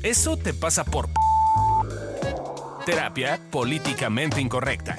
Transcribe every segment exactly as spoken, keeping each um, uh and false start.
Eso te pasa por... Terapia políticamente incorrecta.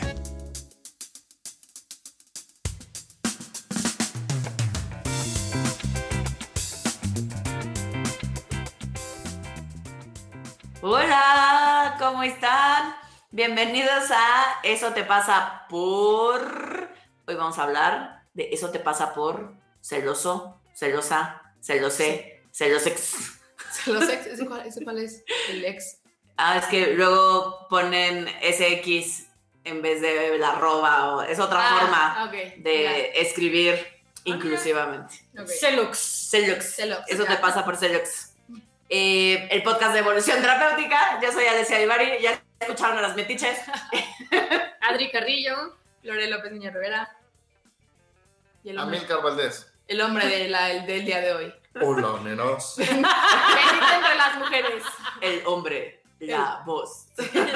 Hola, ¿cómo están? Bienvenidos a Eso te pasa por... Hoy vamos a hablar de Eso te pasa por celoso, celosa, celosé, celosex. Celosex, ¿ese cuál, ese cuál es? El ex. Ah, es que luego ponen ese equis en vez de la arroba, o es otra ah, forma okay, de ya. escribir inclusivamente. Okay. Celux. Celux. Celux, Eso ya. te pasa por Celux. Eh, el podcast de Evolución Terapéutica. Yo soy Alessia Ibarri. Ya escucharon a las metiches. Adri Carrillo, Lore López Niño Rivera. Y el hombre, Amílcar Valdés. el hombre de la, el, del día de hoy. Hola, nenas. Bendita entre las mujeres. El hombre, la el... voz.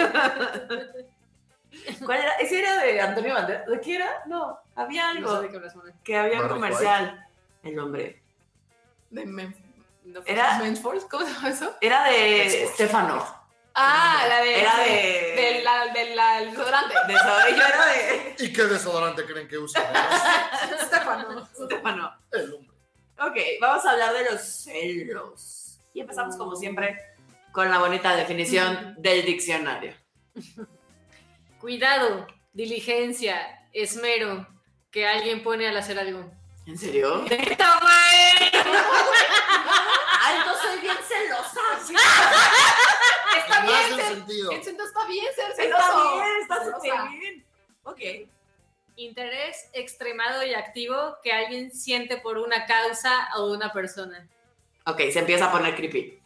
¿Cuál era? ¿Ese era de Antonio Banderas? ¿De qué era? No, había algo. No sé de qué hablas, que había un Barry comercial. White. El hombre. De Men... No, era, Men's Force, ¿cómo se llama eso? Era de Stefano. Ah, la de... Era de... de... Del la, de la, el desodorante. De eso, yo era de... ¿Y qué desodorante creen que usan? Stefano. Stefano. El hombre. Ok, vamos a hablar de los celos. Y empezamos como siempre con la bonita definición del diccionario. Cuidado, diligencia, esmero que alguien pone al hacer algo. ¿En serio? ¡Neta, güey! ¡Ay, no soy bien celosa! ¿Sí? Está bien ser, ser... sentido. Entonces está bien ser celoso. celoso. Está bien, está súper bien. Ok. Interés extremado y activo que alguien siente por una causa o una persona. Ok, se empieza a poner creepy.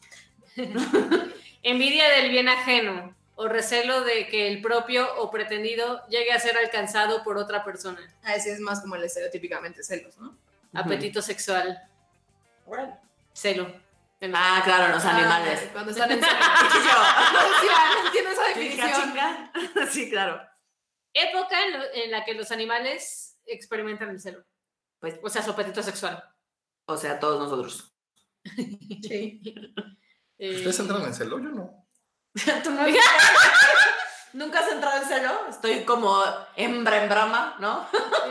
Envidia del bien ajeno o recelo de que el propio o pretendido llegue a ser alcanzado por otra persona. Ah, ese es más como el estereotípicamente celos, ¿no? Apetito uh-huh. sexual. Bueno. Celo. Ah, claro, los animales. Ah, cuando están en celo. No entiendo esa definición. Sí, claro. Época en, lo, en la que los animales experimentan el celo. Pues, o sea, su apetito sexual. O sea, todos nosotros. Sí. ¿Ustedes entran en celo? Yo no. ¿Tú no? ¿Nunca has entrado en celo? Estoy como hembra en brama, ¿no?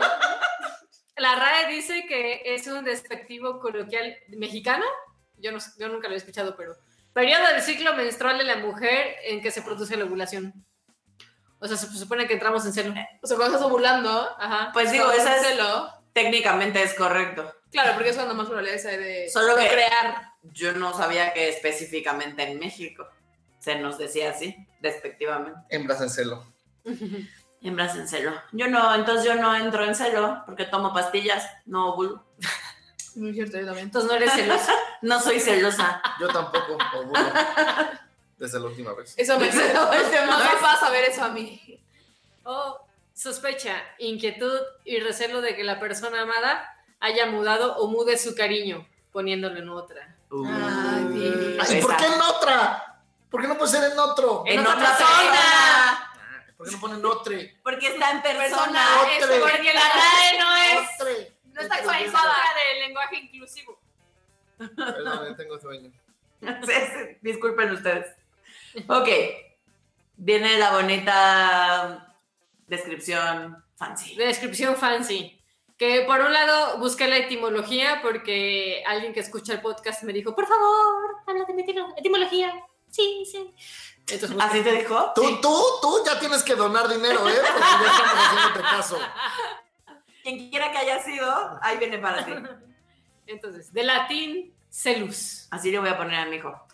La R A E dice que es un despectivo coloquial mexicano. Yo, no, yo nunca lo he escuchado, pero... Periodo del ciclo menstrual de la mujer en que se produce la ovulación. O sea, se supone que entramos en celo. O sea, cuando estás ovulando, ajá. Pues digo, eso es celo. Técnicamente es correcto. Claro, porque es cuando más probabilidades hay de, Solo de que crear. Yo no sabía que específicamente en México se nos decía así, despectivamente. Hembras en celo. Hembras en celo. Yo no, entonces yo no entro en celo porque tomo pastillas, no ovulo. No es cierto, yo también. Entonces no eres celosa. No soy celosa. Yo tampoco ovulo. Desde la última vez. Eso me, me pasa saber eso a mí. O sospecha, inquietud y recelo de que la persona amada haya mudado o mude su cariño, poniéndolo en otra. Uh, Ay, Ay, ¿por qué en otra? ¿Por qué no puede ser en otro? En, en otra, otra persona. persona. ¿Por qué no ponen otre? Porque está en persona. persona. Es porque la R A E no es... Otre. No está actualizada del lenguaje inclusivo. Perdón, tengo sueño. Sí, sí, disculpen ustedes. Ok. Viene la bonita descripción fancy. Descripción fancy. Que por un lado busqué la etimología porque alguien que escucha el podcast me dijo, por favor, habla de mi etimología. Sí, sí. Entonces, ¿así te dijo? Tú, tú, tú ya tienes que donar dinero, ¿eh? Porque ya estamos haciéndote caso. Quien quiera que haya sido, ahí viene para ti. Entonces, de latín, celus. Así le voy a poner a mi hijo.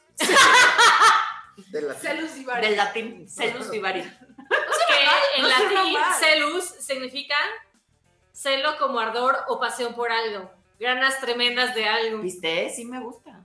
De latín. Celus y Bari. Del latín, celus y Bari. Que en latín, celus significa celo como ardor o pasión por algo. Ganas tremendas de algo. ¿Viste? Sí me gusta.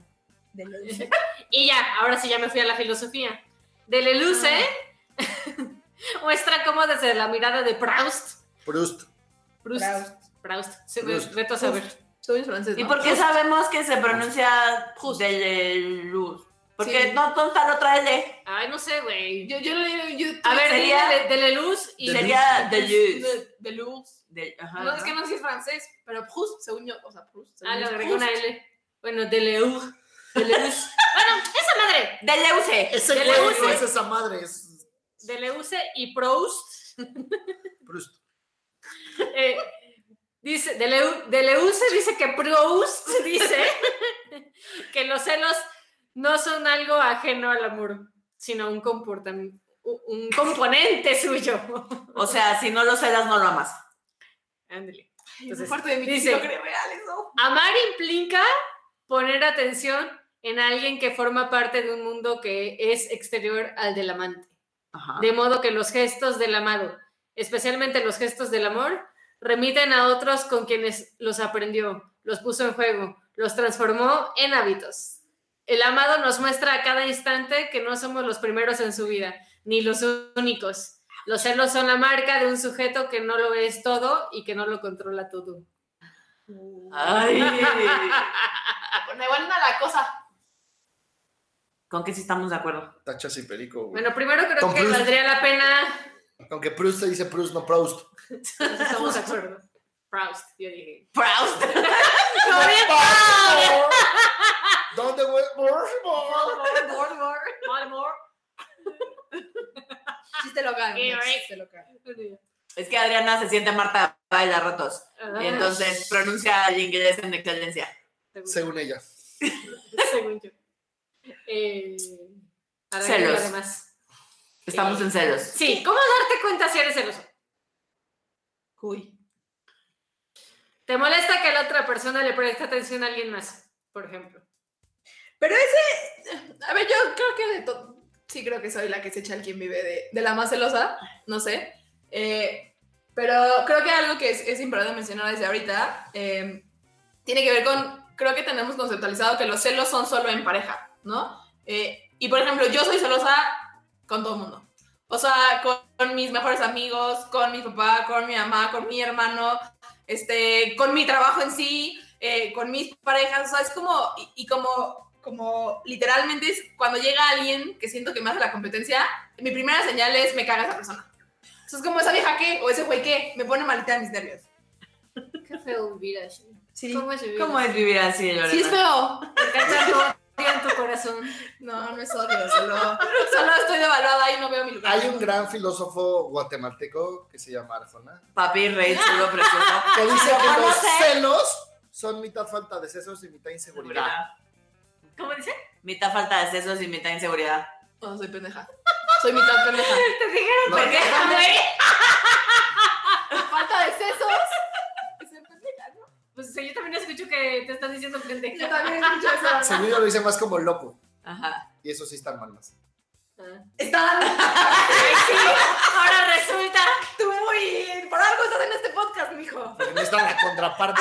Y ya, ahora sí ya me fui a la filosofía. Del eluce ah. muestra como desde la mirada de Proust. Proust. Proust. Proust. Proust. Se Proust. me reto a saber. Soy francés, ¿no? ¿Y por qué sabemos que se pronuncia de luz? Porque sí. no está la otra L. Ay, no sé, güey. Yo, yo lo digo en YouTube. A ver, sería de, de la luz y... Sería de luz. De, de luz. De, ajá, no, ¿no? Es que no sé si es francés, pero Proust, según yo, o sea, Proust. Ah, le agregué una L. Bueno, de Leur. De Luz. Bueno, esa madre. Deleuze. Ese De güey Leuze. no es esa madre, es Deleuze y Proust. Proust. Eh, dice, Deleu- Deleuze dice que Proust dice que los celos no son algo ajeno al amor, sino un comportamiento, un componente suyo. O sea, si no lo celas, no lo amas. Ándale. Entonces, parte de mí dice- no cree real eso. Amar implica poner atención en alguien que forma parte de un mundo que es exterior al del amante. Ajá. De modo que los gestos del amado, especialmente los gestos del amor, remiten a otros con quienes los aprendió, los puso en juego, los transformó en hábitos. El amado nos muestra a cada instante que no somos los primeros en su vida, ni los únicos. Los celos son la marca de un sujeto que no lo es todo y que no lo controla todo. Ay. Me vuelven a la cosa. ¿Con qué sí estamos de acuerdo? Tachas y perico, güey. Bueno, primero creo Tom que Cruise. valdría la pena. Aunque Proust se dice Proust, no Proust. Estamos de acuerdo. Proust, yo dije. Proust. ¡Como bien ¿Dónde, güey? Baltimore! Chiste local. Sí, right. Chiste local. Es que Adriana se siente Marta baila ratos. Y entonces pronuncia el inglés en excelencia. Según, Según ella. según yo. Eh, ahora Celos. que además. Estamos Eh, en celos. Sí, ¿cómo darte cuenta si eres celoso? Uy. ¿Te molesta que la otra persona le preste atención a alguien más, por ejemplo? Pero ese, a ver, yo creo que de todo, sí creo que soy la que se echa el quien vive de, de la más celosa, no sé. Eh, pero creo que algo que es, es importante mencionar desde ahorita eh, tiene que ver con, creo que tenemos conceptualizado que los celos son solo en pareja, ¿no? Eh, y por ejemplo, yo soy celosa con todo el mundo. O sea, con, con mis mejores amigos, con mi papá, con mi mamá, con mi hermano, este, con mi trabajo en sí, eh, con mis parejas. O sea, es como, y, y como, como literalmente es cuando llega alguien que siento que me hace la competencia, mi primera señal es me caga esa persona. Eso es como esa vieja que, o ese güey que, me pone malita de mis nervios. Qué feo vivir así. Sí. ¿Cómo es vivir ¿Cómo así? es vivir así, Lorena? Sí es feo. Alcanzar tu odio en tu corazón. No, no es odio, solo, solo estoy devaluada y no veo mi lugar. Hay un gran filósofo guatemalteco que se llama Arjona, Papi, rey, chulo, precioso. que dice ¿Lo que los conoces? celos son mitad falta de sesos y mitad inseguridad. ¿Cómo dice? Mitad falta de sesos y mitad inseguridad. No, soy pendeja. Soy mitad pendeja. Te dijeron No, pendeja, güey. Falta de sesos. Es ser pendeja, ¿no? Pues o sea, yo también escucho que te estás diciendo Yo pendeja. también escucho eso. Según yo lo dice más como loco. Ajá. Y eso sí está mal más. Ah. Están Ay, sí, ahora resulta. tú muy... Por algo estás en este podcast, mijo. Porque no está la contraparte.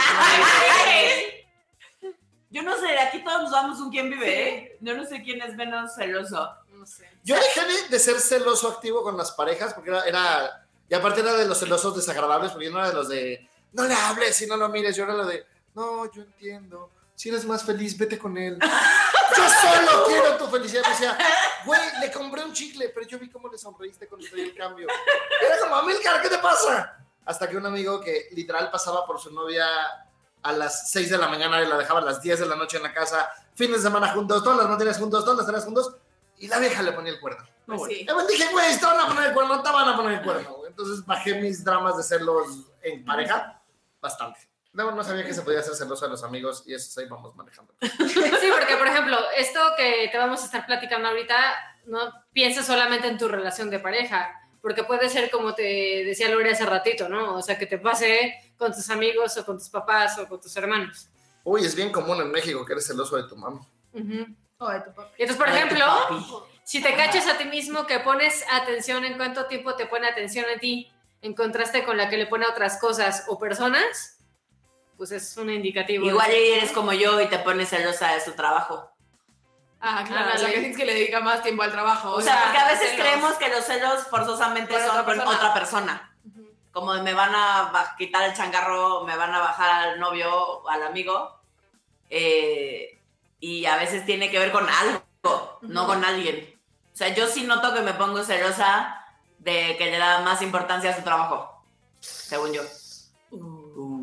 Yo no sé, aquí todos nos damos un quién vive, ¿eh? Yo no sé quién es menos celoso. No sé. Yo dejé de, de ser celoso activo con las parejas porque era, era... Y aparte era de los celosos desagradables porque yo no era de los de... No le hables y no lo mires. Yo era lo de... No, yo entiendo. Si eres más feliz, vete con él. Yo solo quiero tu felicidad. Me decía, güey, le compré un chicle, pero yo vi cómo le sonreíste cuando te di el cambio. Era como, Amílcar, ¿qué te pasa? Hasta que un amigo que literal pasaba por su novia a las seis de la mañana y la dejaba a las diez de la noche en la casa, fines de semana juntos, todas las materias juntos, todas las tareas juntos, y la vieja le ponía el cuerno. Pues sí. Y me dije, güey, te van a poner el cuerno, te van a poner el cuerno. Güey. Entonces bajé mis dramas de celos en pareja bastante. No, no sabía que se podía hacer celoso a los amigos y eso ahí vamos manejando. Sí, porque por ejemplo, esto que te vamos a estar platicando ahorita, no pienses solamente en tu relación de pareja, porque puede ser como te decía Lore hace ratito, ¿no? O sea, que te pase con tus amigos o con tus papás o con tus hermanos. Uy, es bien común en México que eres celoso de tu mamá. Uh-huh. O de tu papá. Y entonces, por Ay, tu ejemplo, papi. si te cachas a ti mismo que pones atención en cuánto tiempo te pone atención a ti, en contraste con la que le pone a otras cosas o personas, pues es un indicativo. Igual de- y eres como yo y te pones celosa de su trabajo. Ah, claro. Ándale. O sea, que tienes que le dedica más tiempo al trabajo. O sea, porque a veces celos. creemos que los celos forzosamente Con son otra con persona. otra persona. Ujú. Como de me van a ba- quitar el changarro, me van a bajar al novio o al amigo. Eh, y a veces tiene que ver con algo, no Ujú. con alguien. O sea, yo sí noto que me pongo celosa de que le da más importancia a su trabajo, según yo.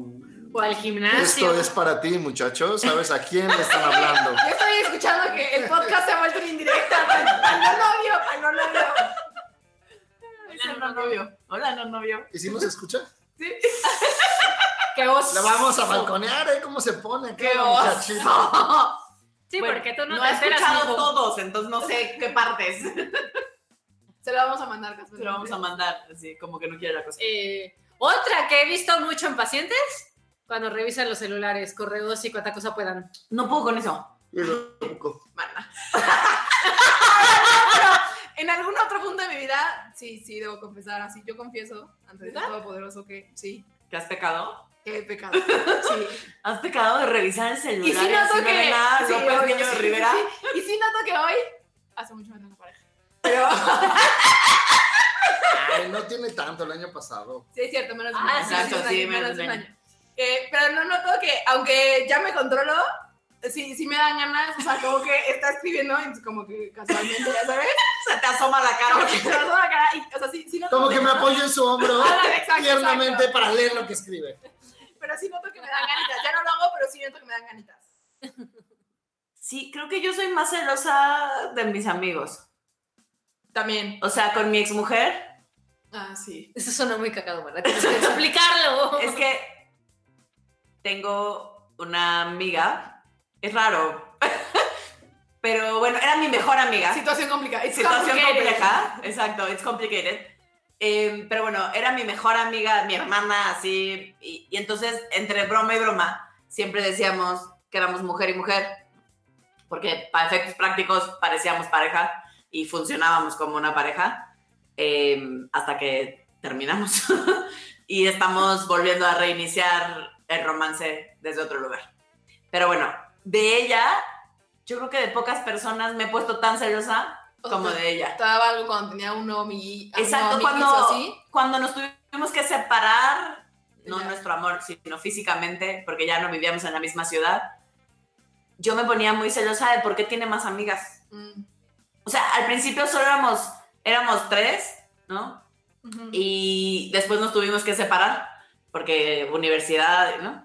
O al gimnasio. Esto es para ti, muchachos. ¿Sabes a quién le están hablando? Yo estoy escuchando que el podcast se ha vuelto una indirecta para el no novio, para el no novio. Hola, no novio. Hola, no novio. ¿Y si nos escucha? Sí. ¡Qué oso! La vamos a balconear, ¿eh? ¿Cómo se pone? ¡Qué la oso! muchachita? Sí, Bueno, porque tú no, no te he enteras, escuchado mijo. todos, entonces no sé qué partes. Se lo vamos a mandar, Casper. Se lo vamos a mandar, así como que no quiere la cosa. Eh, otra que he visto mucho en pacientes, cuando revisan los celulares, correos y cuánta cosa puedan. No puedo con eso. Yo tampoco. Mana. En algún otro punto de mi vida, sí, sí, debo confesar, así yo confieso ante el Todopoderoso que sí, ¿Que has pecado? que he pecado. Sí. ¿Has pecado de revisar el celular? Y sí noto así, que... Lorena sí, López obvio, Niño de sí, Rivera? sí. Y sí noto que hoy... Hace mucho no tengo pareja. Pero... Ay, no tiene tanto el año pasado. Sí, es cierto, menos de un Ah, año. exacto, menos de un sí, año, menos menos de de un un año. Eh, pero no noto que, aunque ya me controlo, sí, sí me dan ganas, o sea, como que está escribiendo, y como que casualmente, ya sabes, Se te asoma la como cara. que te asoma la cara, y, o sea, sí, sí noto Como que me apoyo en su hombro Ah, exacto, tiernamente exacto. para leer lo que escribe. Pero sí noto que me dan ganitas, ya no lo hago, pero sí noto que me dan ganitas. Sí, creo que yo soy más celosa de mis amigos. También. O sea, con mi exmujer, Ah, sí. Eso suena muy cagado, ¿verdad? Tienes que explicarlo. es que tengo una amiga, es raro, pero bueno, era mi mejor amiga. Situación complicada. It's Situación complicated. compleja, exacto, it's complicated. Eh, pero bueno, era mi mejor amiga, mi hermana, así, y, y entonces, entre broma y broma, siempre decíamos que éramos mujer y mujer, porque para efectos prácticos parecíamos pareja y funcionábamos como una pareja, eh, hasta que terminamos y estamos volviendo a reiniciar el romance desde otro lugar. Pero bueno, de ella, yo creo que de pocas personas me he puesto tan celosa como O sea, de ella. Estaba algo cuando tenía un nuevo amigui- un Exacto, nuevo amiguis cuando, así. cuando nos tuvimos que separar, no Ya. nuestro amor, sino físicamente, porque ya no vivíamos en la misma ciudad, yo me ponía muy celosa de por qué tiene más amigas. Mm. O sea, al principio solo éramos, éramos tres, ¿no? Ujú. Y después nos tuvimos que separar, porque universidad, ¿no?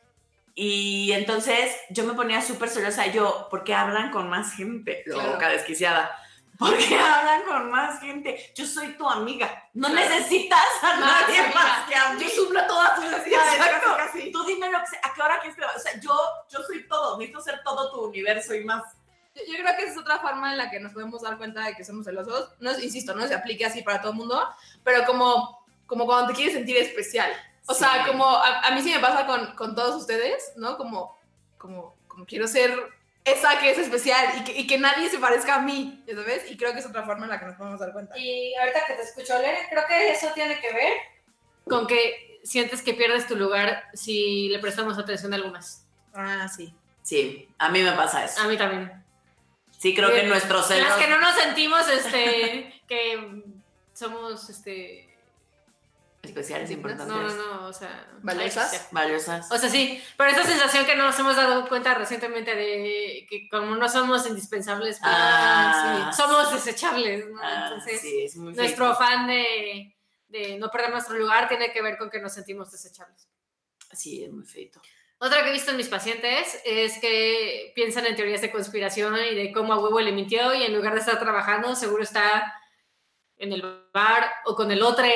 Y entonces yo me ponía súper celosa, yo, ¿por qué hablan con más gente? Claro. Loca, desquiciada. ¿Por qué hablan con más gente? Yo soy tu amiga. No Claro. necesitas a Más nadie amiga. más que a mí. Yo suplo todas tus necesidades, Exacto. casi, casi. Tú dime lo que sea, a qué hora quieres que... O sea, yo, yo soy todo. Necesito ser todo tu universo y más. Yo, yo creo que esa es otra forma en la que nos podemos dar cuenta de que somos celosos. No, es- insisto, no se aplique así para todo el mundo, pero como, como cuando te quieres sentir especial. O Sí. sea, como a, a mí sí me pasa con, con todos ustedes, ¿no? Como, como, como quiero ser esa que es especial y que, y que nadie se parezca a mí, ¿ya sabes? Y creo que es otra forma en la que nos podemos dar cuenta. Y ahorita que te escucho leer, creo que eso tiene que ver con que sientes que pierdes tu lugar si le prestamos atención a algo más. Ah, sí. Sí, a mí me pasa eso. A mí también. Sí, creo que Eh, nuestros celos... Las que no nos sentimos, este, que somos, este... Especiales, importantes. No, no, no, o sea... ¿Valiosas? ay, Valiosas. O sea, sí, pero esa sensación que nos hemos dado cuenta recientemente de que como no somos indispensables, pues, Ah, sí, somos desechables, ¿no? Ah, Entonces, sí, es muy nuestro feito. afán de, de no perder nuestro lugar tiene que ver con que nos sentimos desechables. Sí, es muy feito. Otra que he visto en mis pacientes es que piensan en teorías de conspiración y de cómo a huevo le mintió y en lugar de estar trabajando, seguro está en el bar o con el otro,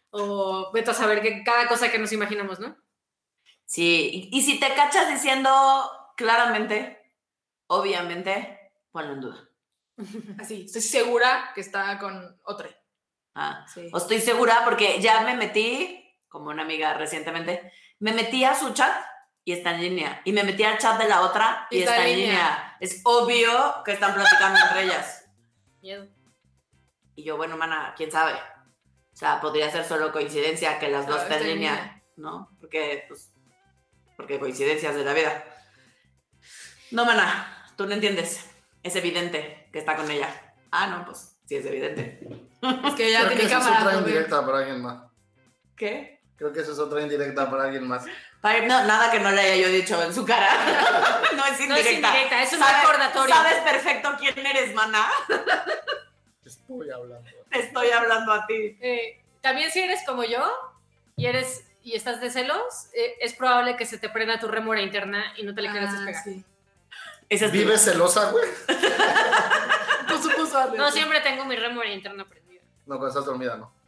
o vete a saber que cada cosa que nos imaginamos, ¿no? Sí, y, y si te cachas diciendo claramente, obviamente, ponlo en duda. Así, estoy segura que está con otro. Ah, Sí. o estoy segura porque ya me metí, como una amiga recientemente, me metí a su chat y está en línea. Y me metí al chat de la otra y, está, en línea. Es obvio que están platicando entre ellas. Miedo. Y yo, bueno, mana, quién sabe. O sea, podría ser solo coincidencia que las Claro, dos estén está en en línea, línea. ¿no? Porque, pues, porque coincidencias de la vida. No, mana, tú no entiendes. Es evidente que está con ella. Ah, no, pues, sí es evidente. Es que ya Creo que tiene esa es cámara. otra ¿no? indirecta para alguien más. ¿Qué? Creo que esa es otra indirecta para alguien más. Para- no, nada que no le haya yo dicho en su cara. No es indirecta. No es indirecta, es un Sabes- recordatorio. Sabes perfecto quién eres, mana. Estoy hablando. Te estoy hablando a ti. Eh, también si eres como yo y eres y estás de celos, eh, es probable que se te prenda tu rémora interna y no te le quieras Ah, despegar. sí. Esa es ¿Vives celosa, güey? Tú supuso, No, siempre tengo mi rémora interna prendida. No, cuando estás dormida, no.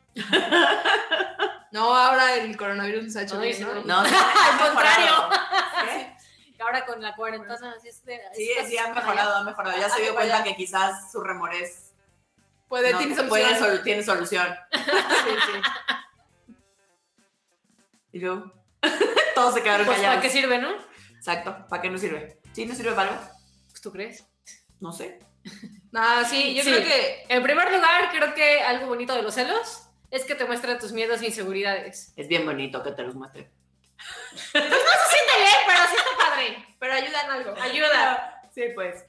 No, ahora el coronavirus nos ha hecho No, bien, dice, ¿no? No, Al contrario. ¿Qué? Y ahora con la cuarentena, así es de, Sí, estás sí, ha para mejorado, allá. ha mejorado. Ya se Ah, dio que cuenta vaya. que quizás su remorés Puede, no, tiene solución. puede sol- tiene solución. Sí, sí. Y luego, todos se quedaron Pues, callados. ¿para qué sirve, no? Exacto, ¿para qué nos sirve? ¿Sí nos sirve para algo? Pues, ¿tú crees? No sé. No, sí, yo Sí. creo que En primer lugar, creo que algo bonito de los celos es que te muestra tus miedos e inseguridades. Es bien bonito que te los muestre. No se siente bien, pero sí está padre. pero ayuda en algo. Ayuda. Sí, pues.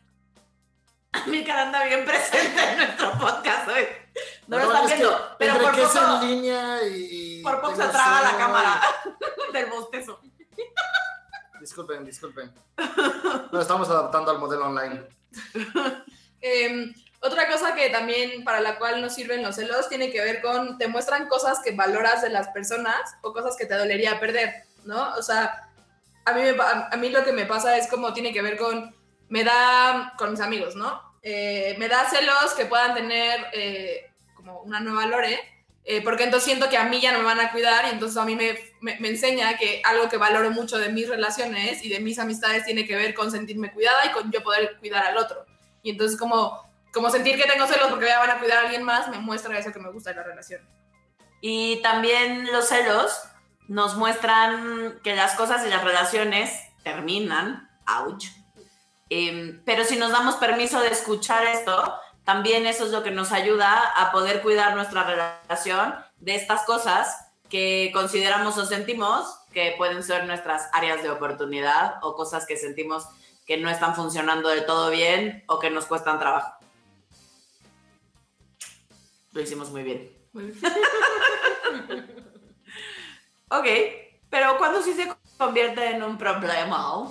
Mi cara anda bien presente en nuestro podcast hoy. No lo están es que viendo, pero entre por que es en poco, línea y... y por poco se tengo traba la sueño cámara del bostezo. y- Disculpen, disculpen. Nos estamos adaptando al modelo online. Eh, otra cosa que también para la cual nos sirven los celos tiene que ver con, te muestran cosas que valoras de las personas o cosas que te dolería perder, ¿no? O sea, a mí, me pa- a mí lo que me pasa es como tiene que ver con, me da, con mis amigos, ¿no? Eh, me da celos que puedan tener eh, como una nueva Lore, eh, porque entonces siento que a mí ya no me van a cuidar y entonces a mí me, me, me enseña que algo que valoro mucho de mis relaciones y de mis amistades tiene que ver con sentirme cuidada y con yo poder cuidar al otro. Y entonces como, como sentir que tengo celos porque ya van a cuidar a alguien más me muestra eso que me gusta de la relación. Y también los celos nos muestran que las cosas y las relaciones terminan, ouch. Eh, pero si nos damos permiso de escuchar esto, también eso es lo que nos ayuda a poder cuidar nuestra relación de estas cosas que consideramos o sentimos que pueden ser nuestras áreas de oportunidad o cosas que sentimos que no están funcionando del todo bien o que nos cuestan trabajo. Lo hicimos muy bien. Ok, pero ¿cuándo sí se convierte en un problema?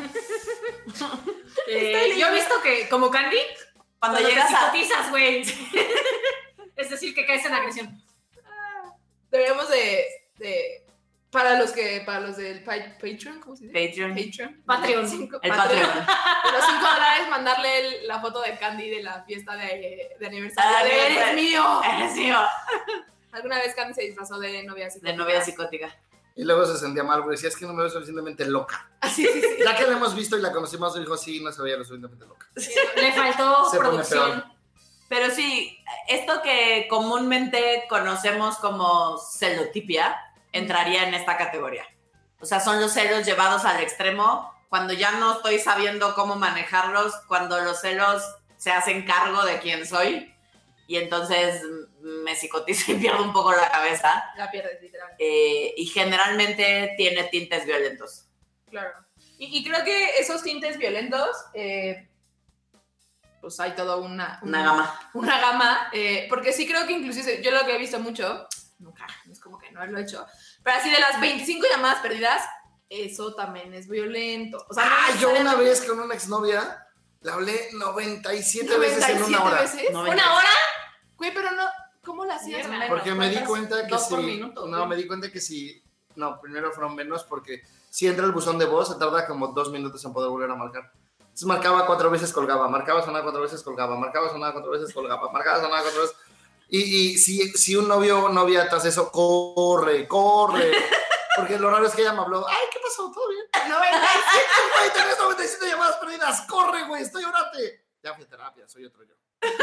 Eh, yo he visto que, como Candy, Cuando cuando llegas te a... psicotizas, güey. Es decir, que caes en agresión. Deberíamos de, de para los que, para los del pa- Patreon, ¿cómo se dice? Patreon. Patreon. Patreon. Cinco- El Patreon. De los cinco dólares mandarle el- la foto de Candy de la fiesta de, de aniversario. Ah, de de- ¡Eres mío! Eh, sí, va. Alguna vez Candy se disfrazó de novia así. De novia psicótica. Y luego se sentía mal, güey. Decía, es que no me veo suficientemente loca. Sí, sí, sí. Ya que la hemos visto y la conocimos, dijo, sí, no se veía lo suficientemente loca. Le faltó Se pone producción. peor. Pero sí, esto que comúnmente conocemos como celotipia entraría en esta categoría. O sea, son los celos llevados al extremo cuando ya no estoy sabiendo cómo manejarlos, cuando los celos se hacen cargo de quién soy y entonces me psicotizo y pierdo un poco la cabeza. La pierdes, literal. Eh, y generalmente tiene tintes violentos. Claro. Y, y creo que esos tintes violentos, eh, pues hay toda una, Una gama. Una gama, eh, porque sí creo que inclusive, yo lo que he visto mucho, nunca, no es como que no lo he hecho, pero así de las veinticinco llamadas perdidas, eso también es violento. O sea, no Ah, yo una necesariamente- vez con una exnovia le hablé noventa y siete veces en una noventa y siete hora. veces. No, ¿Una hora? Güey, pero no, ¿cómo la hacías? Mierda. Porque me di cuenta que Dos por si... minuto, no, güey. me di cuenta que si... No, primero fueron menos porque si entra el buzón de voz, se tarda como dos minutos en poder volver a marcar. Entonces marcaba cuatro veces, colgaba, marcaba, sonaba cuatro veces, colgaba, marcaba, sonaba cuatro veces, colgaba, marcaba, sonaba cuatro veces. Y, y si, si un novio o novia tras eso, corre, corre. Porque lo raro es que ella me habló, ay, ¿qué pasó? ¿Todo bien? noventa y siete. Güey, tenés noventa y siete llamadas perdidas, corre, güey, estoy orate. Ya fui a terapia, soy otro yo.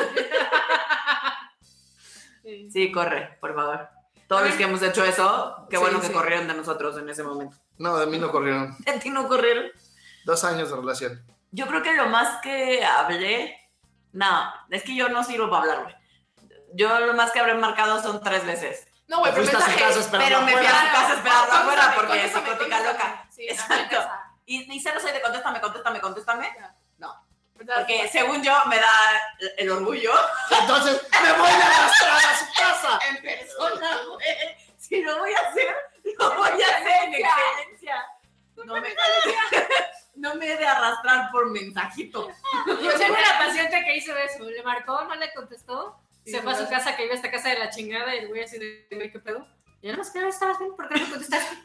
Sí, corre, por favor. Todos los que hemos hecho eso, qué Sí, bueno que sí. corrieron de nosotros en ese momento. No, de mí no corrieron. ¿De ti no corrieron? Dos años de relación. Yo creo que lo más que hablé... No, es que yo no sirvo para hablar, güey. Yo lo más que habré marcado son tres veces. No, güey, Te pero fuiste a su casa mensajes. esperando Pero me fui a afuera. su casa a esperarlo afuera Contéstame, porque es contéstame, psicótica contéstame. loca. Sí, Exacto. también esa. Y, y cero soy de contéstame, contéstame, contéstame. ¿Verdad? Porque según yo me da el orgullo. Entonces, me voy a arrastrar a su casa. En persona, güey. Si lo voy a hacer, lo voy a hacer en excelencia. No me, no me he de arrastrar por mensajito. Yo tengo una paciente que hizo eso. Le marcó, no le contestó. Sí, Se fue a su ¿verdad? casa, que iba a esta casa de la chingada. Y el güey así de, güey, ¿qué pedo? Y yo, no, es que no estabas bien, ¿por qué no me contestaste?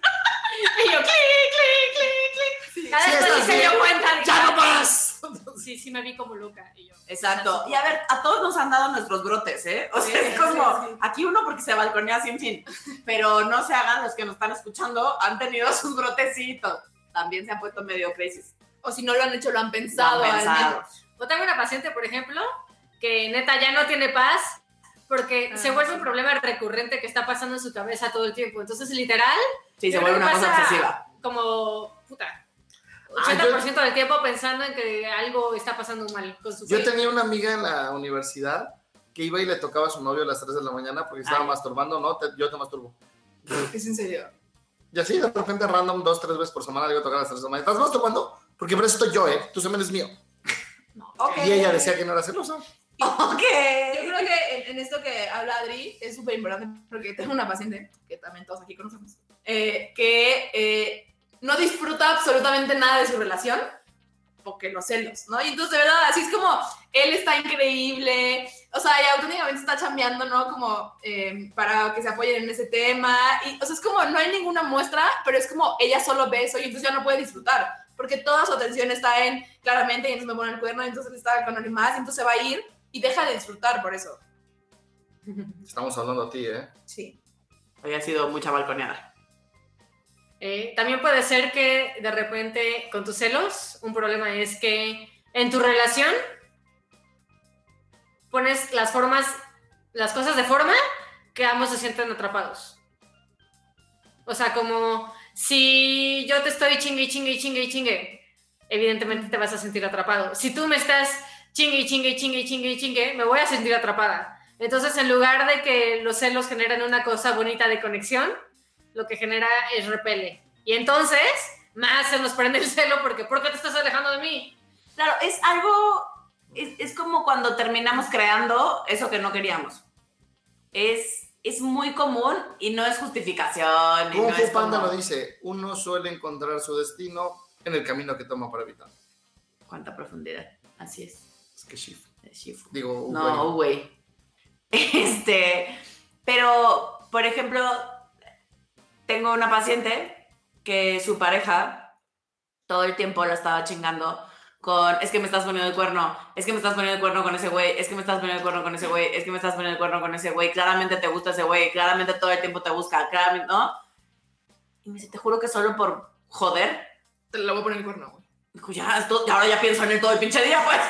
Y yo, clic, clic, clic, clic. Ya Sí, después estás se bien. dio cuenta. de ¡Ya no que- más! Sí, sí me vi como loca. Y yo, Exacto. Y a ver, a todos nos han dado nuestros brotes, ¿eh? O sea, Sí, es como, sí, sí. aquí uno porque se balconea sin fin, pero no se hagan los que nos están escuchando, han tenido sus brotecitos. También se han puesto medio crazy. O si no lo han hecho, lo han pensado. Lo han al pensado. menos. O tengo una paciente, por ejemplo, que neta ya no tiene paz porque Ah, se vuelve sí. un problema recurrente que está pasando en su cabeza todo el tiempo. Entonces, literal, Sí, se yo vuelve creo una que cosa pasa obsesiva. como, puta, Ah, ochenta por ciento del tiempo pensando en que algo está pasando mal con su Yo cuerpo. tenía una amiga en la universidad que iba y le tocaba a su novio a las tres de la mañana porque estaba Ay. masturbando. No, te- yo te masturbo. Es en serio. Y así, de repente, random, dos, tres veces por semana le iba a tocar a las tres de la mañana. ¿Estás masturbando? Porque por eso estoy yo, ¿eh? Tu semen es mío. Ok. Y ella decía que no era celosa. Ok. Yo creo que en, en esto que habla Adri es súper importante porque tengo una paciente, que también todos aquí conocemos, eh, que eh, no disfruta absolutamente nada de su relación porque los celos, ¿no? Y entonces, de verdad, así es como, él está increíble, o sea, y auténticamente está chambeando, ¿no? Como eh, para que se apoyen en ese tema, y, o sea, es como, no hay ninguna muestra, pero es como, ella solo ve eso y entonces ya no puede disfrutar, porque toda su atención está en, claramente, y entonces me pone el cuerno, y entonces está con alguien más, y entonces se va a ir, y deja de disfrutar por eso. Estamos hablando a ti, ¿eh? Sí. Hoy ha sido mucha balconeada. Eh, también puede ser que de repente con tus celos, un problema es que en tu relación pones las formas, las cosas de forma que ambos se sienten atrapados. O sea, como si yo te estoy chingue, chingue, chingue, chingue, evidentemente te vas a sentir atrapado. Si tú me estás chingue, chingue, chingue, chingue, chingue, me voy a sentir atrapada. Entonces, en lugar de que los celos generen una cosa bonita de conexión, lo que genera es repele. Y entonces, más se nos prende el celo porque ¿por qué te estás alejando de mí? Claro, es algo, es, es como cuando terminamos creando eso que no queríamos. Es, es muy común y no es justificación. Y Kung no Fu es Panda como- lo dice, uno suele encontrar su destino en el camino que toma para evitarlo. Cuánta profundidad, así es. Es que Shifu. Es Shifu. Digo, No, bueno, güey. Este, pero, por ejemplo, tengo una paciente que su pareja todo el tiempo la estaba chingando con, es que me estás poniendo el cuerno, es que me estás poniendo el cuerno con ese güey, es que me estás poniendo el cuerno con ese güey, es que me estás poniendo el cuerno con ese güey, claramente te gusta ese güey, claramente todo el tiempo te busca, claramente, ¿no? Y me dice, te juro que solo por joder, Te la voy a poner el cuerno, güey. dijo, ya, esto- ahora ya pienso en él todo el pinche día, pues.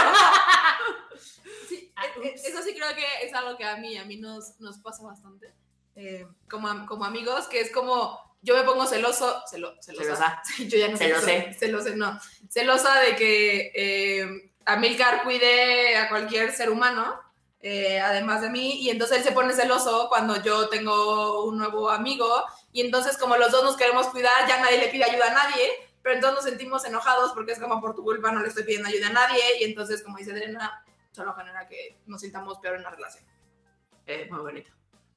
Sí, Ah, e- e- ups. eso sí creo que es algo que a mí, a mí nos, nos pasa bastante. Eh, como, am- como amigos, que es como, yo me pongo celoso, celo, celosa. Celosa. Yo ya no sé. Celosé. Celosa, no. Celosa de que eh, Amilcar cuide a cualquier ser humano, eh, además de mí, y entonces él se pone celoso cuando yo tengo un nuevo amigo, y entonces como los dos nos queremos cuidar, ya nadie le pide ayuda a nadie, pero entonces nos sentimos enojados porque es como por tu culpa no le estoy pidiendo ayuda a nadie, y entonces, como dice Adriana, solo genera que nos sintamos peor en la relación. Eh, muy bonito.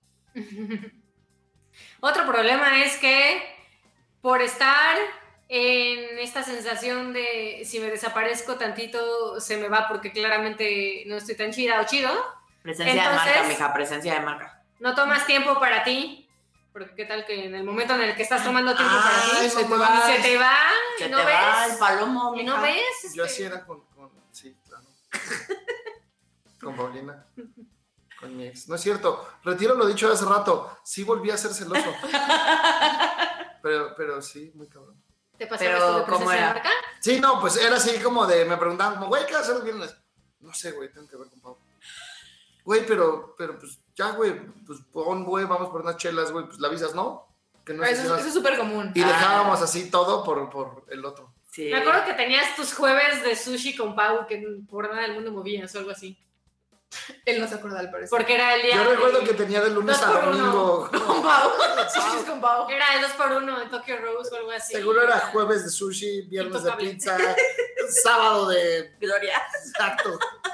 Otro problema es que por estar en esta sensación de si me desaparezco tantito se me va porque claramente no estoy tan chida o chido, Presencia Entonces- de marca, mija, presencia de marca. no tomas tiempo para ti, porque qué tal que en el momento en el que estás tomando tiempo Ay, para ti, no se, te va, mames. se te va Se y no te ves, va el palomo, y mija. no ves. yo este, así era con, con sí, claro. Con Paulina. Con mi ex. No es cierto. Retiro lo dicho de hace rato. Sí volví a ser celoso. Pero, pero sí, muy cabrón. ¿Te pasó Pero, esto de ¿cómo presencia de era? marca? Sí, no, pues era así como de, me preguntaban, como, güey, ¿qué vas a hacer el viernes? No sé, güey, tengo que ver con Pau. Güey, pero, pero pues ya, güey, pues pon, güey, vamos por unas chelas, güey, pues la avisas, ¿no? Que no sé si Eso, vas- eso es súper común. Y dejábamos así todo por, por el otro. Sí. Me acuerdo que tenías tus jueves de sushi con Pau que por nada del mundo movías o algo así. Él no se acuerda al parecer. Porque era el día. Yo recuerdo de- que tenía de lunes Dos a por uno. domingo. Con Pau. Sushis con Pau. Era el dos por uno en Tokyo Rose o algo así. Seguro era jueves de sushi, viernes de Intocable. pizza, sábado de... Gloria. Exacto.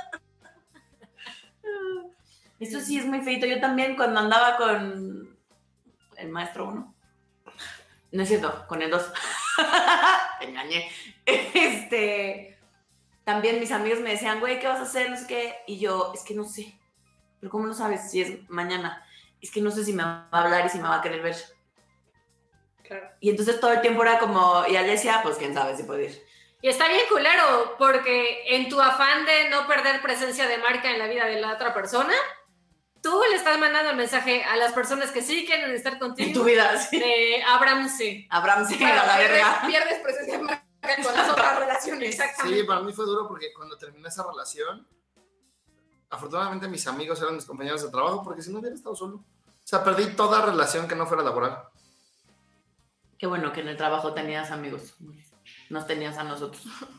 Eso sí es muy feito. Yo también cuando andaba con el maestro uno. No es cierto, con el dos. Te engañé. Este, también mis amigos me decían, güey, ¿qué vas a hacer? No sé qué. Y yo, es que no sé. Pero ¿cómo no sabes si es mañana? Es que no sé si me va a hablar y si me va a querer ver. Claro. Y entonces todo el tiempo era como, y Alesia, pues quién sabe si puede ir. Y está bien culero, porque en tu afán de no perder presencia de marca en la vida de la otra persona, tú le estás mandando el mensaje a las personas que sí quieren estar contigo. En tu vida, sí. De ábranse. Abraham se Claro, a la pierdes, verga. pierdes presencia de marca con las otras relaciones. Exactamente. Sí, para mí fue duro porque cuando terminé esa relación, afortunadamente mis amigos eran mis compañeros de trabajo, porque si no hubiera estado solo. O sea, perdí toda relación que no fuera laboral. Qué bueno que en el trabajo tenías amigos. Nos tenías a nosotros.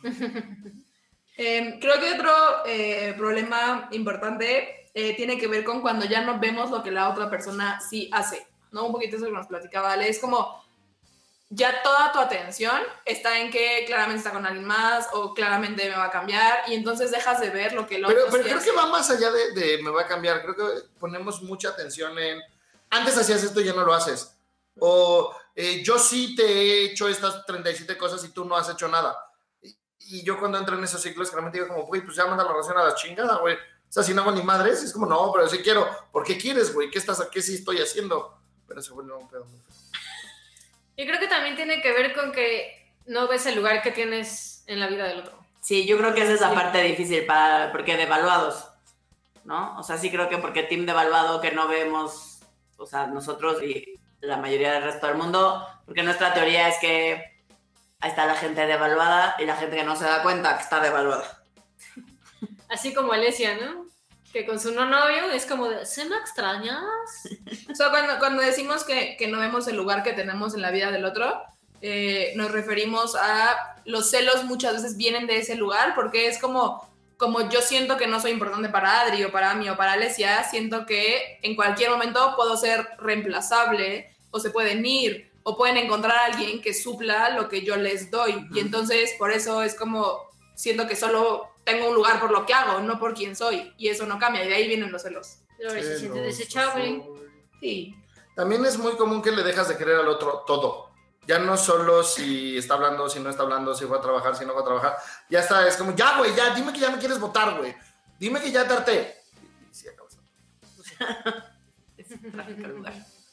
Eh, creo que otro eh, problema importante eh, tiene que ver con cuando ya no vemos lo que la otra persona sí hace, ¿no? Un poquito eso que nos platicaba Ale, es como ya toda tu atención está en que claramente está con alguien más o claramente me va a cambiar y entonces dejas de ver lo que el otro Pero, pero sí creo hace. que va más allá de, de me va a cambiar. Creo que ponemos mucha atención en antes hacías esto y ya no lo haces. O eh, yo sí te he hecho estas treinta y siete cosas y tú no has hecho nada. Y, y yo cuando entro en esos ciclos, realmente digo como, güey, pues ya manda la relación a la chingada, güey. O sea, si no hago ni madres, es como, no, pero sí quiero. ¿Por qué quieres, güey? ¿Qué estás, qué sí estoy haciendo? Pero se vuelve un pedo muy feo. Y creo que también tiene que ver con que no ves el lugar que tienes en la vida del otro. Sí, yo creo que esa es la parte difícil para, porque devaluados, ¿no? O sea, sí creo que porque team devaluado que no vemos, o sea, nosotros y la mayoría del resto del mundo, porque nuestra teoría es que ahí está la gente devaluada y la gente que no se da cuenta que está devaluada. Así como Alesia, ¿no? Que con su no novio es como de, ¿se me extrañas? O sea, cuando, cuando decimos que, que no vemos el lugar que tenemos en la vida del otro, eh, nos referimos a los celos muchas veces vienen de ese lugar, porque es como, como yo siento que no soy importante para Adri o para mí o para Alesia, siento que en cualquier momento puedo ser reemplazable o se pueden ir o pueden encontrar a alguien que supla lo que yo les doy. Uh-huh. Y entonces por eso es como siento que solo tengo un lugar por lo que hago, no por quién soy. Y eso no cambia y de ahí vienen los celos. Pero se siente desechable. Sí. También es muy común que le dejas de querer al otro todo. Ya no solo si está hablando, si no está hablando, si va a trabajar, si no va a trabajar. Ya está, es como, ya, güey, ya, dime que ya me quieres votar, güey. Dime que ya te harté. Y sí, acabas. Es un trágico lugar.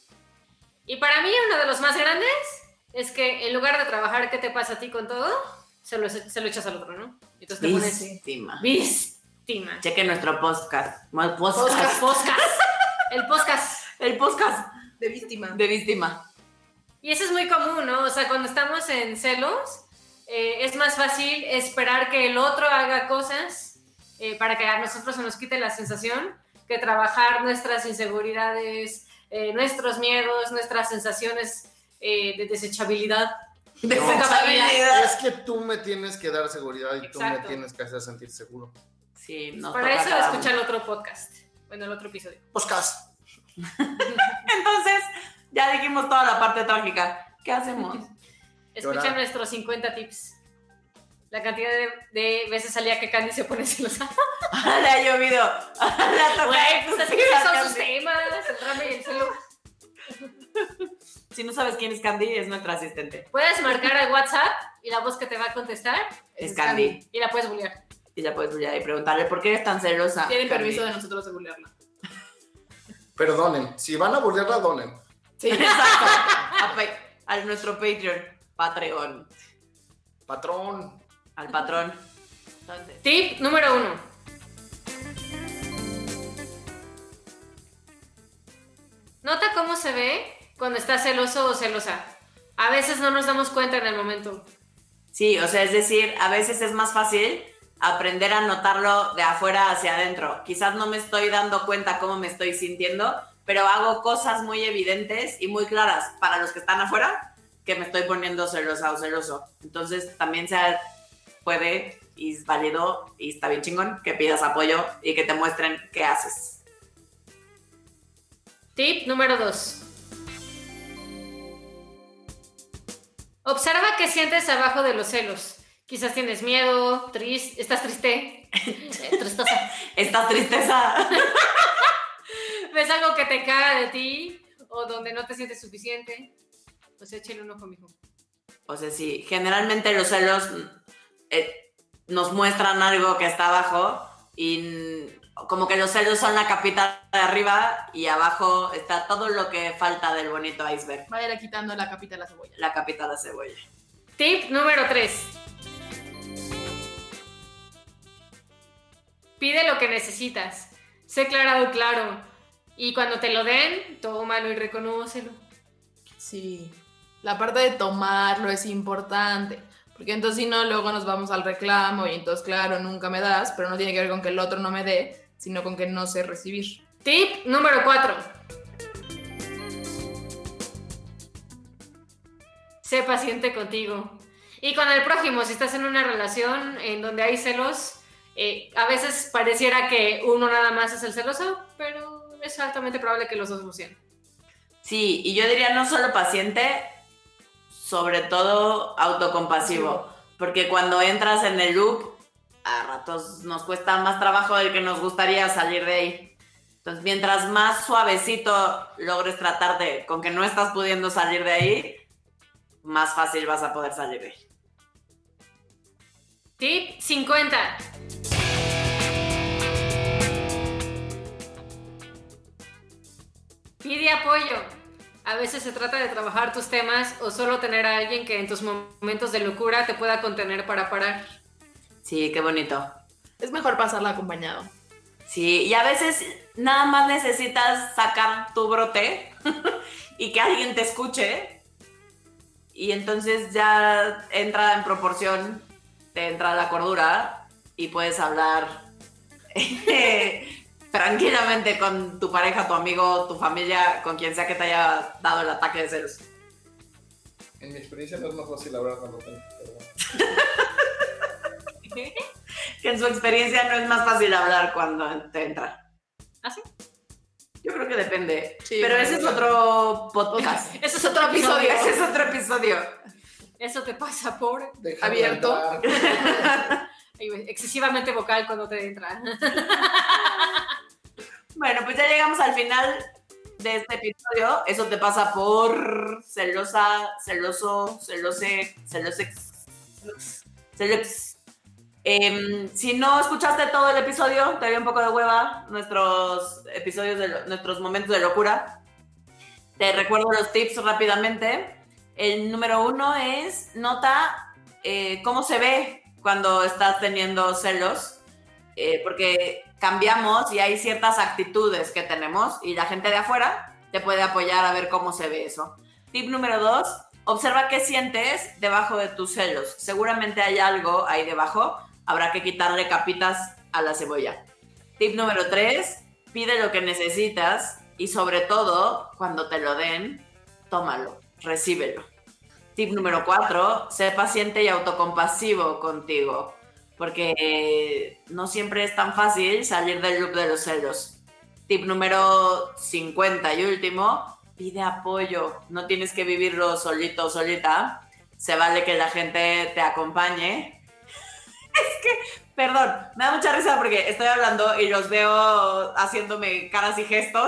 Y para mí uno de los más grandes es que en lugar de trabajar qué te pasa a ti con todo, se lo, se lo echas al otro, ¿no? Y entonces te pones víctima. Víctima. Cheque nuestro podcast. Podcast. Podcast. podcast. El podcast. El podcast. De víctima. De víctima. Y eso es muy común, ¿no? O sea, cuando estamos en celos, eh, es más fácil esperar que el otro haga cosas eh, para que a nosotros se nos quite la sensación que trabajar nuestras inseguridades, eh, nuestros miedos, nuestras sensaciones eh, de desechabilidad. Desechabilidad. Es que tú me tienes que dar seguridad y Exacto. tú me tienes que hacer sentir seguro. Sí, nos Para eso cada escuchar el otro podcast. Bueno, el otro episodio. Podcast. Entonces, ya dijimos toda la parte trágica. ¿Qué hacemos? Escucha Llorar. nuestros cincuenta tips. La cantidad de, de veces salía que Candy se pone celosa. Le ha llovido. Le ha tocado. Güey, pues así que son sus temas, el drama y el celo. Si no sabes quién es Candy, es nuestra asistente. Puedes marcar al WhatsApp y la voz que te va a contestar Es Candy. y la puedes bullear. Y la puedes bullear y preguntarle por qué eres tan celosa. Tienen Candy? permiso de nosotros de burlarla. Pero donen. Si van a burlarla, donen. Sí, exacto. A, pa- a nuestro Patreon. Patreon. Patrón. Al patrón. Entonces, Tip número uno. Nota cómo se ve cuando estás celoso o celosa. A veces no nos damos cuenta en el momento. sí, o sea, es decir, a veces es más fácil aprender a notarlo de afuera hacia adentro. Quizás no me estoy dando cuenta cómo me estoy sintiendo, pero hago cosas muy evidentes y muy claras para los que están afuera que me estoy poniendo celosa o celoso. Entonces también se puede y es válido y está bien chingón que pidas apoyo y que te muestren qué haces. Tip número dos. Observa qué sientes abajo de los celos. Quizás tienes miedo, triste, estás triste, eh, tristosa. Esta tristeza. ¿Ves algo que te caga de ti o donde no te sientes suficiente? Pues échale un ojo, mijo. O sea, sí, generalmente los celos eh, nos muestran algo que está abajo y como que los celos son la capita de arriba y abajo está todo lo que falta del bonito iceberg. Vaya quitando la capita de la cebolla. La capita de cebolla. Tip número tres. Pide lo que necesitas. Sé claro, claro. Y cuando te lo den, tómalo y reconócelo. Sí, la parte de tomarlo es importante. Porque entonces si no, luego nos vamos al reclamo y entonces, claro, nunca me das, pero no tiene que ver con que el otro no me dé, sino con que no sé recibir. Tip número cuatro. Sé paciente contigo. Y con el prójimo, si estás en una relación en donde hay celos, eh, a veces pareciera que uno nada más es el celoso, pero es altamente probable que los dos lo sean. Sí, y yo diría no solo paciente, sobre todo autocompasivo, porque cuando entras en el loop, a ratos nos cuesta más trabajo del que nos gustaría salir de ahí. Entonces, mientras más suavecito logres tratarte con que no estás pudiendo salir de ahí, más fácil vas a poder salir de ahí. Tip cincuenta. Pide apoyo. A veces se trata de trabajar tus temas o solo tener a alguien que en tus momentos de locura te pueda contener para parar. Sí, qué bonito. Es mejor pasarla acompañado. Sí, y a veces nada más necesitas sacar tu brote y que alguien te escuche y entonces ya entra en proporción, te entra la cordura y puedes hablar tranquilamente con tu pareja, tu amigo, tu familia, con quien sea que te haya dado el ataque de celos. En mi experiencia no es más fácil hablar cuando tengo. Que en su experiencia no es más fácil hablar cuando te entra. ¿Ah, sí? Yo creo que depende. Sí, pero bueno, ese es bueno. otro podcast. Ese es otro episodio. Ese es otro episodio. Eso te pasa por Déjame Abierto. entrar. excesivamente vocal cuando te entra. Bueno, pues ya llegamos al final de este episodio. Eso te pasa por celosa, celoso, celose, celosex, celox. Eh, si no escuchaste todo el episodio, te dio un poco de hueva nuestros episodios, de lo, nuestros momentos de locura. Te recuerdo los tips rápidamente. El número uno es nota eh, cómo se ve cuando estás teniendo celos, eh, porque cambiamos y hay ciertas actitudes que tenemos y la gente de afuera te puede apoyar a ver cómo se ve eso. Tip número dos, observa qué sientes debajo de tus celos. Seguramente hay algo ahí debajo, habrá que quitarle capitas a la cebolla. Tip número tres, pide lo que necesitas y sobre todo, cuando te lo den, tómalo, recíbelo. Tip número cuatro, sé paciente y autocompasivo contigo, porque no siempre es tan fácil salir del loop de los celos. Tip número cincuenta y último, pide apoyo. No tienes que vivirlo solito o solita. Se vale que la gente te acompañe. Es que, perdón, me da mucha risa porque estoy hablando y los veo haciéndome caras y gestos.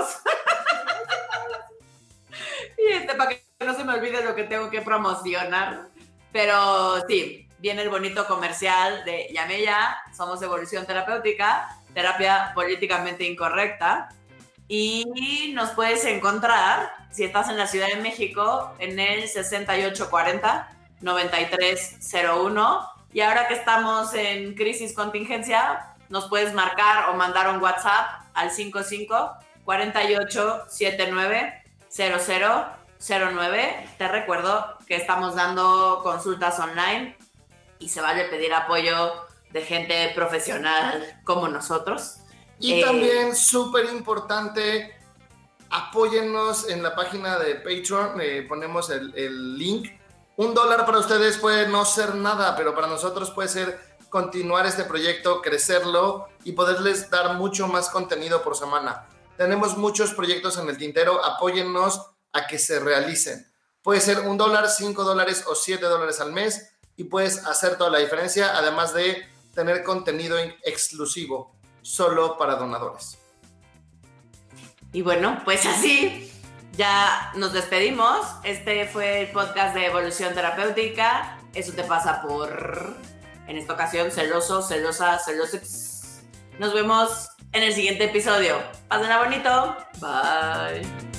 Y este, para que no se me olvide lo que tengo que promocionar. Pero sí, viene el bonito comercial de Llame Ya, somos Evolución Terapéutica, terapia políticamente incorrecta. Y nos puedes encontrar, si estás en la Ciudad de México, en el sesenta y ocho cuarenta, noventa y tres cero uno. Y ahora que estamos en crisis contingencia, nos puedes marcar o mandar un WhatsApp al cincuenta y cinco, cuarenta y ocho, setenta y nueve, cero cero cero nueve. Te recuerdo que estamos dando consultas online y se vale pedir apoyo de gente profesional como nosotros. Y Eh, también, súper importante, apóyennos en la página de Patreon, eh, ponemos el, el link. Un dólar para ustedes puede no ser nada, pero para nosotros puede ser continuar este proyecto, crecerlo y poderles dar mucho más contenido por semana. Tenemos muchos proyectos en el tintero, apóyennos a que se realicen. Puede ser un dólar, cinco dólares o siete dólares al mes y puedes hacer toda la diferencia, además de tener contenido exclusivo solo para donadores. Y bueno, pues así ya nos despedimos. Este fue el podcast de Evolución Terapéutica. Eso te pasa por, en esta ocasión, celoso, celosa, celosex. Nos vemos en el siguiente episodio. Pásenla bonito. Bye.